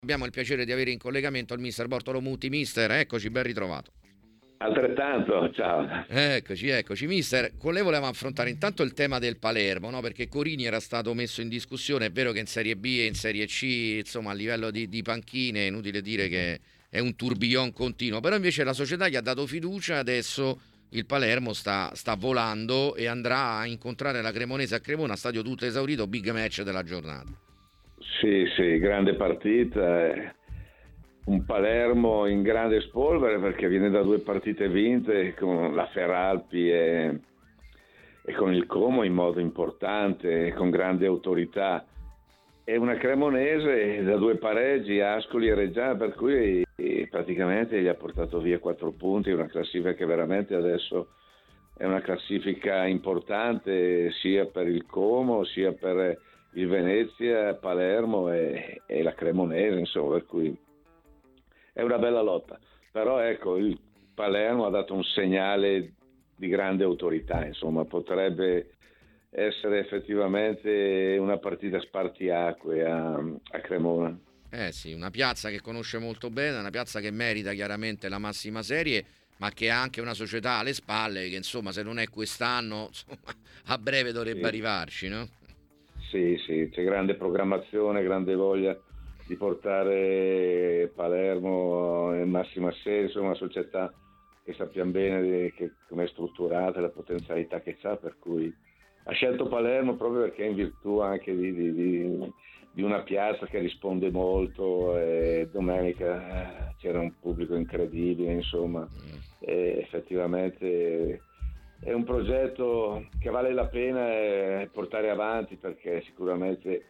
Abbiamo il piacere di avere in collegamento il mister Bortolo Muti. Mister, eccoci, ben ritrovato. Altrettanto, ciao. Eccoci, mister. Con lei volevamo affrontare intanto il tema del Palermo, no? Perché Corini era stato messo in discussione. È vero che in Serie B e in Serie C, insomma, a livello di panchine, è inutile dire che è un tourbillon continuo. Però invece la società gli ha dato fiducia. Adesso il Palermo sta volando e andrà a incontrare la Cremonese a Cremona, stadio tutto esaurito, big match della giornata. Sì, grande partita. Un Palermo in grande spolvere perché viene da 2 partite vinte con la Feralpi e con il Como in modo importante, con grande autorità. E una Cremonese da 2 pareggi, Ascoli e Reggiana, per cui praticamente gli ha portato via 4 punti, una classifica che veramente adesso è una classifica importante sia per il Como sia per il Venezia, Palermo e la Cremonese, insomma, per cui è una bella lotta. Però ecco, il Palermo ha dato un segnale di grande autorità, insomma, potrebbe essere effettivamente una partita spartiacque a Cremona. Sì, una piazza che conosce molto bene, una piazza che merita chiaramente la massima serie, ma che ha anche una società alle spalle che, insomma, se non è quest'anno, insomma, a breve dovrebbe Sì. arrivarci, no? Sì, c'è grande programmazione, grande voglia di portare Palermo in massima serie, una società che sappiamo bene come è strutturata, la potenzialità che ha, per cui ha scelto Palermo proprio perché è in virtù anche di una piazza che risponde molto. Domenica c'era un pubblico incredibile, insomma, effettivamente è un progetto che vale la pena portare avanti, perché sicuramente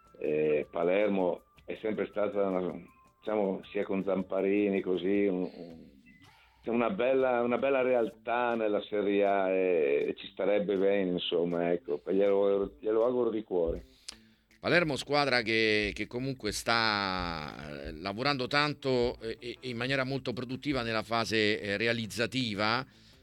Palermo è sempre stata, diciamo, sia con Zamparini così, c'è una bella realtà nella Serie A e ci starebbe bene, insomma, ecco, glielo auguro di cuore. Palermo squadra che comunque sta lavorando tanto e in maniera molto produttiva nella fase realizzativa,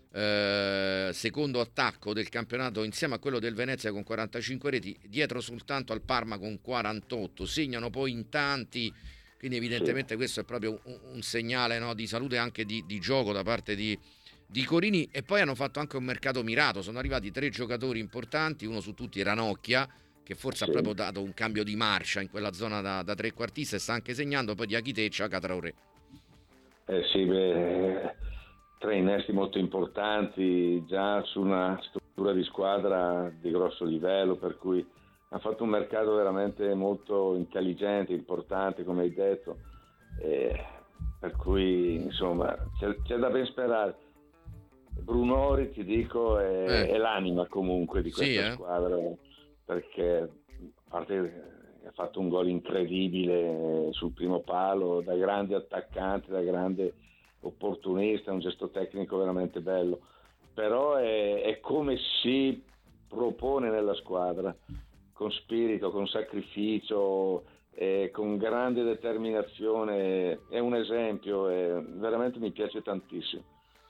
secondo attacco del campionato insieme a quello del Venezia con 45 reti, dietro soltanto al Parma con 48, segnano poi in tanti, quindi evidentemente Sì. questo è proprio un segnale, no, di salute anche di gioco da parte di Corini. E poi hanno fatto anche un mercato mirato, sono arrivati 3 giocatori importanti, uno su tutti Ranocchia, che forse ha proprio Sì. dato un cambio di marcia in quella zona da trequartista e sta anche segnando, poi di Achiteccia a Catraoré. Sì, beh, 3 innesti molto importanti già su una struttura di squadra di grosso livello, per cui ha fatto un mercato veramente molto intelligente, importante, come hai detto, per cui insomma c'è da ben sperare. Brunori, ti dico, è l'anima comunque di Sì, questa squadra, perché a parte ha fatto un gol incredibile sul primo palo, da grande attaccante, da grande opportunista, un gesto tecnico veramente bello, però è come si propone nella squadra, con spirito, con sacrificio, con grande determinazione, è un esempio, veramente mi piace tantissimo.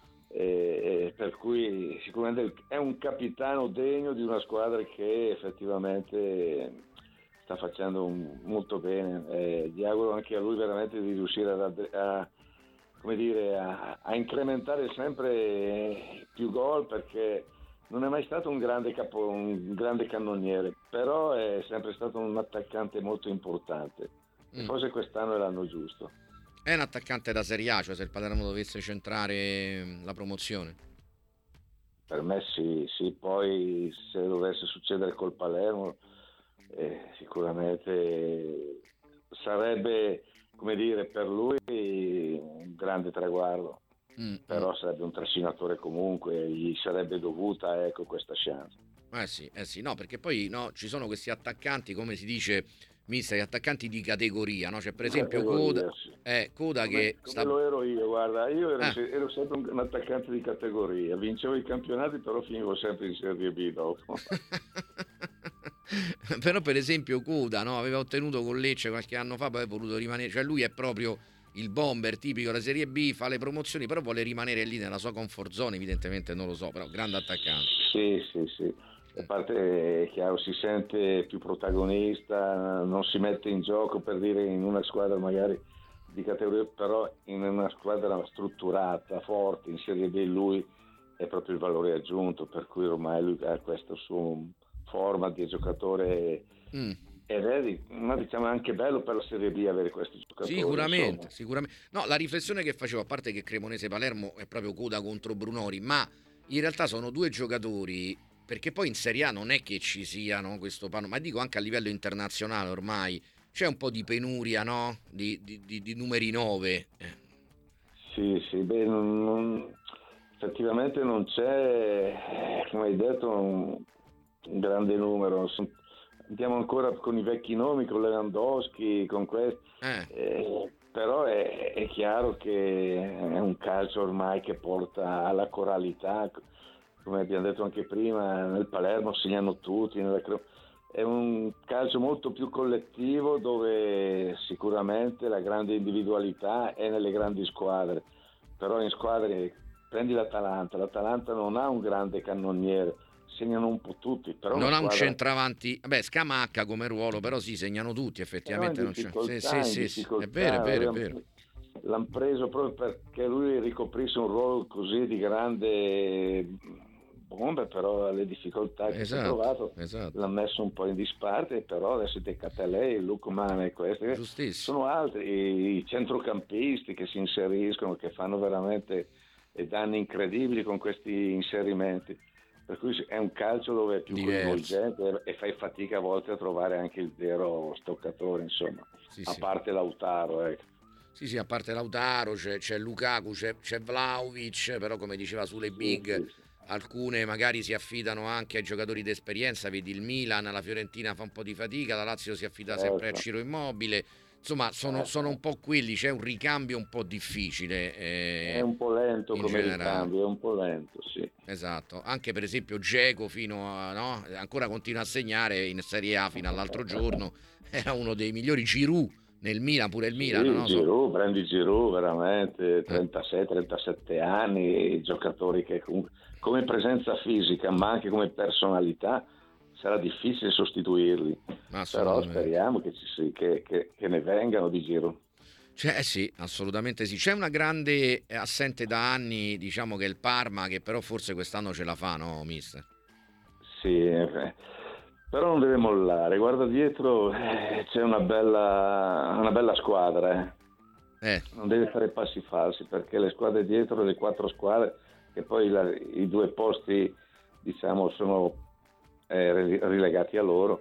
Per cui sicuramente è un capitano degno di una squadra che effettivamente sta facendo molto bene. Gli auguro anche a lui veramente di riuscire a incrementare sempre più gol, perché non è mai stato un grande cannoniere, però è sempre stato un attaccante molto importante e forse quest'anno è l'anno giusto. È un attaccante da Serie A, cioè se il Palermo dovesse centrare la promozione. Per me sì, poi se dovesse succedere col Palermo sicuramente sarebbe, come dire, per lui un grande traguardo, però sarebbe un trascinatore comunque, gli sarebbe dovuta, ecco, questa chance. Sì, no, perché poi no, ci sono questi attaccanti, come si dice, mister, attaccanti di categoria, no? C'è per esempio Coda, Categoria, sì. Coda che Come sta... lo ero io, guarda, io ero sempre un attaccante di categoria, vincevo i campionati, però finivo sempre in Serie B dopo. Però per esempio Coda, no, aveva ottenuto con Lecce qualche anno fa, poi è voluto rimanere, cioè lui è proprio il bomber tipico della Serie B, fa le promozioni, però vuole rimanere lì nella sua comfort zone, evidentemente non lo so, però grande attaccante. Sì. A parte, è chiaro, si sente più protagonista, non si mette in gioco, per dire, in una squadra magari di categoria, però in una squadra strutturata, forte, in Serie B lui è proprio il valore aggiunto, per cui ormai lui ha questo suo format di giocatore Mm. ed è ma diciamo anche bello per la Serie B avere questi giocatori. Sicuramente, sicuramente. No, la riflessione che facevo, a parte che Cremonese-Palermo è proprio coda contro Brunori, ma in realtà sono due giocatori, perché poi in Serie A non è che ci siano questo panno, ma dico anche a livello internazionale ormai c'è un po' di penuria, no? Di numeri 9. Sì, sì, beh, effettivamente non c'è, come hai detto, un grande numero. Andiamo ancora con i vecchi nomi, con Lewandowski, con questi, però è chiaro che è un calcio ormai che porta alla coralità, come abbiamo detto anche prima, nel Palermo segnano tutti, è un calcio molto più collettivo, dove sicuramente la grande individualità è nelle grandi squadre, però in squadre, prendi l'Atalanta non ha un grande cannoniere, segnano un po' tutti, però Non ha un squadra, centravanti, vabbè, Scamacca come ruolo, però sì, segnano tutti, però effettivamente non c'è. Sì, è vero, è difficoltà, vero, è vero. l'hanno preso proprio perché lui ricoprisse un ruolo così di grande bomba, però alle difficoltà che si è trovato Esatto. l'ha messo un po' in disparte, però adesso De Catelei, Lukman e questi Giustissimo. sono altri, i centrocampisti che si inseriscono, che fanno veramente danni incredibili con questi inserimenti. Per cui è un calcio dove è più Diverso. coinvolgente e fai fatica a volte a trovare anche il vero stoccatore, insomma, Sì, a sì. parte Lautaro, ecco. Sì, a parte Lautaro c'è Lukaku, c'è Vlahovic, però come diceva sulle Sì, big, sì, sì. alcune magari si affidano anche ai giocatori d'esperienza, vedi il Milan, la Fiorentina fa un po' di fatica, la Lazio si affida sempre a Certo. Ciro Immobile, insomma sono un po' quelli, c'è un ricambio un po' difficile È un po' lento in come generale. ricambio, è un po' lento, sì. Esatto, anche per esempio Dzeko fino a, no? Ancora continua a segnare in Serie A fino all'altro giorno, era uno dei migliori. Giroud nel Milan, pure il Milan, Sì, no? Giroud, prendi Giroud, veramente 36-37 anni, giocatori che comunque, come presenza fisica ma anche come personalità sarà difficile sostituirli, però Assolutamente. speriamo che ne vengano di Giroud. Sì, assolutamente sì. C'è una grande assente da anni, diciamo che è il Parma, che però forse quest'anno ce la fa, no, mister? Sì, però non deve mollare, guarda dietro, c'è una bella squadra, non deve fare passi falsi, perché le squadre dietro, le 4 squadre, che poi i 2 posti diciamo sono rilegati a loro,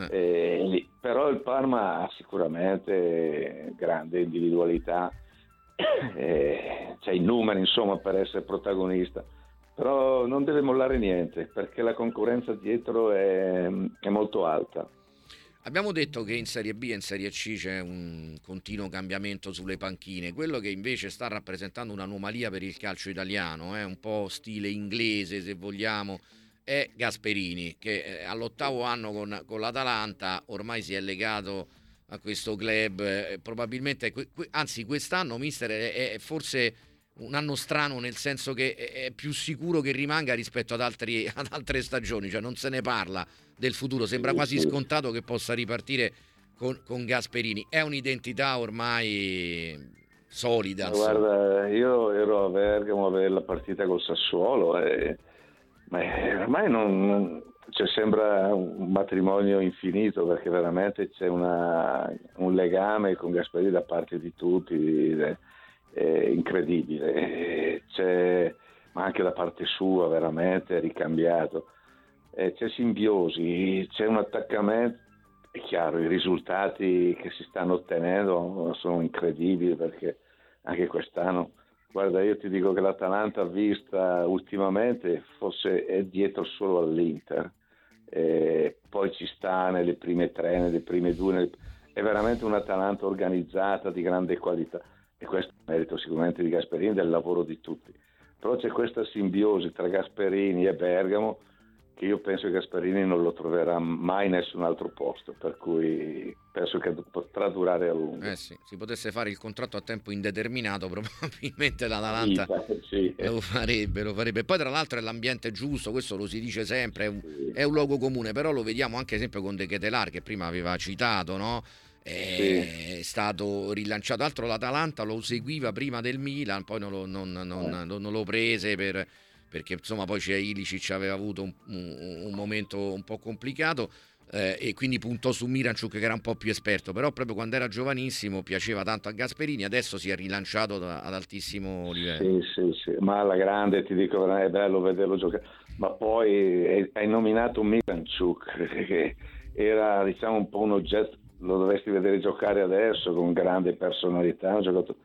però il Parma ha sicuramente grande individualità, c'è i numeri insomma per essere protagonista, però non deve mollare niente, perché la concorrenza dietro è molto alta. Abbiamo detto che in Serie B e in Serie C c'è un continuo cambiamento sulle panchine, quello che invece sta rappresentando un'anomalia per il calcio italiano, un po' stile inglese se vogliamo, è Gasperini, che all'8° anno con l'Atalanta ormai si è legato a questo club, probabilmente, anzi quest'anno mister è forse un anno strano, nel senso che è più sicuro che rimanga rispetto ad altre stagioni, cioè non se ne parla del futuro, sembra Sì, quasi sì. scontato che possa ripartire con Gasperini. È un'identità ormai solida, Ma insomma. guarda, io ero a Bergamo a vedere la partita col Sassuolo, ma ormai cioè, sembra un matrimonio infinito, perché veramente c'è un legame con Gasperini da parte di tutti, è incredibile, ma anche da parte sua veramente è ricambiato. C'è simbiosi, c'è un attaccamento, è chiaro, i risultati che si stanno ottenendo sono incredibili, perché anche quest'anno, guarda, io ti dico che l'Atalanta vista ultimamente forse è dietro solo all'Inter, poi ci sta nelle prime 3, nelle prime 2, è veramente un'Atalanta organizzata di grande qualità, e questo è merito sicuramente di Gasperini, del lavoro di tutti, però c'è questa simbiosi tra Gasperini e Bergamo che io penso che Gasperini non lo troverà mai in nessun altro posto, per cui penso che potrà durare a lungo. Sì, si potesse fare il contratto a tempo indeterminato, probabilmente l'Atalanta Vita, sì. lo farebbe, lo farebbe. Poi tra l'altro è l'ambiente giusto, questo lo si dice sempre, Sì. è un luogo comune, però lo vediamo anche esempio con De Ketelar che prima aveva citato, no? Sì. È stato rilanciato, tra l'altro l'Atalanta lo seguiva prima del Milan, poi non lo prese perché insomma poi c'è Ilicic, aveva avuto un momento un po' complicato, e quindi puntò su Miranchuk che era un po' più esperto, però proprio quando era giovanissimo piaceva tanto a Gasperini, adesso si è rilanciato ad altissimo livello. Sì, sì, sì, ma alla grande ti dico, è bello vederlo giocare. Ma poi hai nominato Miranchuk, che era diciamo un po' un oggetto, lo dovresti vedere giocare adesso con grande personalità. Ha giocato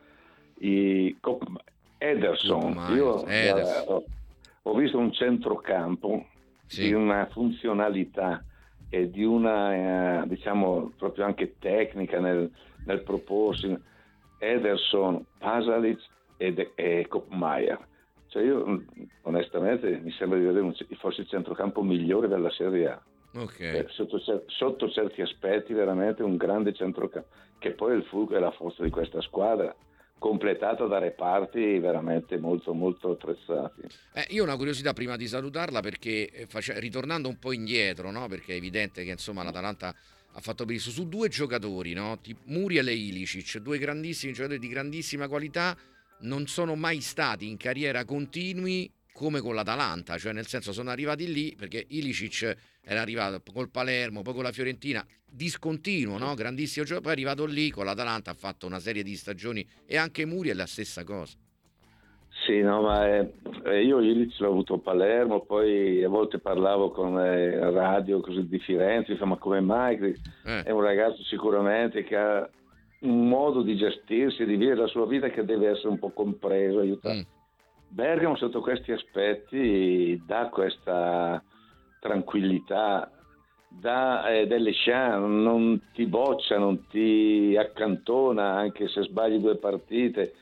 Ederson. Myers, Io Ederson, ho visto un centrocampo di sì. una funzionalità e di una diciamo proprio anche tecnica nel proporsi. Ederson, Pasalic e Koppmeier. Cioè io onestamente mi sembra di vedere forse il centrocampo migliore della Serie A. Ok. Sotto certi aspetti veramente un grande centrocampo, che poi il fulcro è la forza di questa squadra, completata da reparti veramente molto molto attrezzati. Io ho una curiosità prima di salutarla perché ritornando un po' indietro, no? Perché è evidente che insomma l'Atalanta ha fatto benissimo su due giocatori, no? Muriel e Ilicic, due grandissimi giocatori di grandissima qualità, non sono mai stati in carriera continui come con l'Atalanta, cioè nel senso sono arrivati lì perché Ilicic era arrivato col Palermo, poi con la Fiorentina, discontinuo, no? Grandissimo giocatore, poi è arrivato lì con l'Atalanta, ha fatto una serie di stagioni e anche Muriel è la stessa cosa. Sì, no, ma io Illich l'ho avuto a Palermo, poi a volte parlavo con radio così di Firenze, ma come mai? È un ragazzo sicuramente che ha un modo di gestirsi, di vivere la sua vita che deve essere un po' compreso, aiutato. Bergamo sotto questi aspetti dà questa tranquillità, dà delle chance, non ti boccia, non ti accantona anche se sbagli due partite.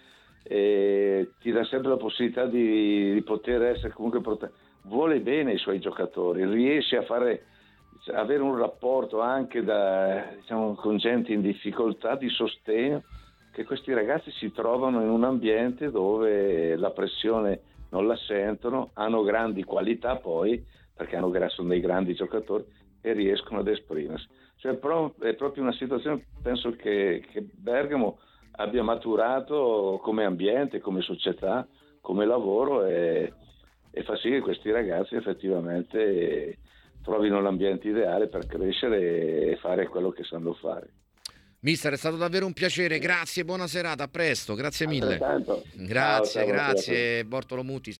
Ti dà sempre la possibilità di poter essere comunque vuole bene i suoi giocatori, riesce a avere un rapporto anche diciamo, con gente in difficoltà di sostegno, che questi ragazzi si trovano in un ambiente dove la pressione non la sentono, hanno grandi qualità poi perché sono dei grandi giocatori e riescono ad esprimersi. Cioè, è proprio una situazione, penso che Bergamo abbia maturato come ambiente, come società, come lavoro e fa sì che questi ragazzi effettivamente trovino l'ambiente ideale per crescere e fare quello che sanno fare. Mister, è stato davvero un piacere, grazie, buona serata, a presto, grazie mille. Altrettanto. Ciao, Grazie, buonasera. grazie Bortolo Muti.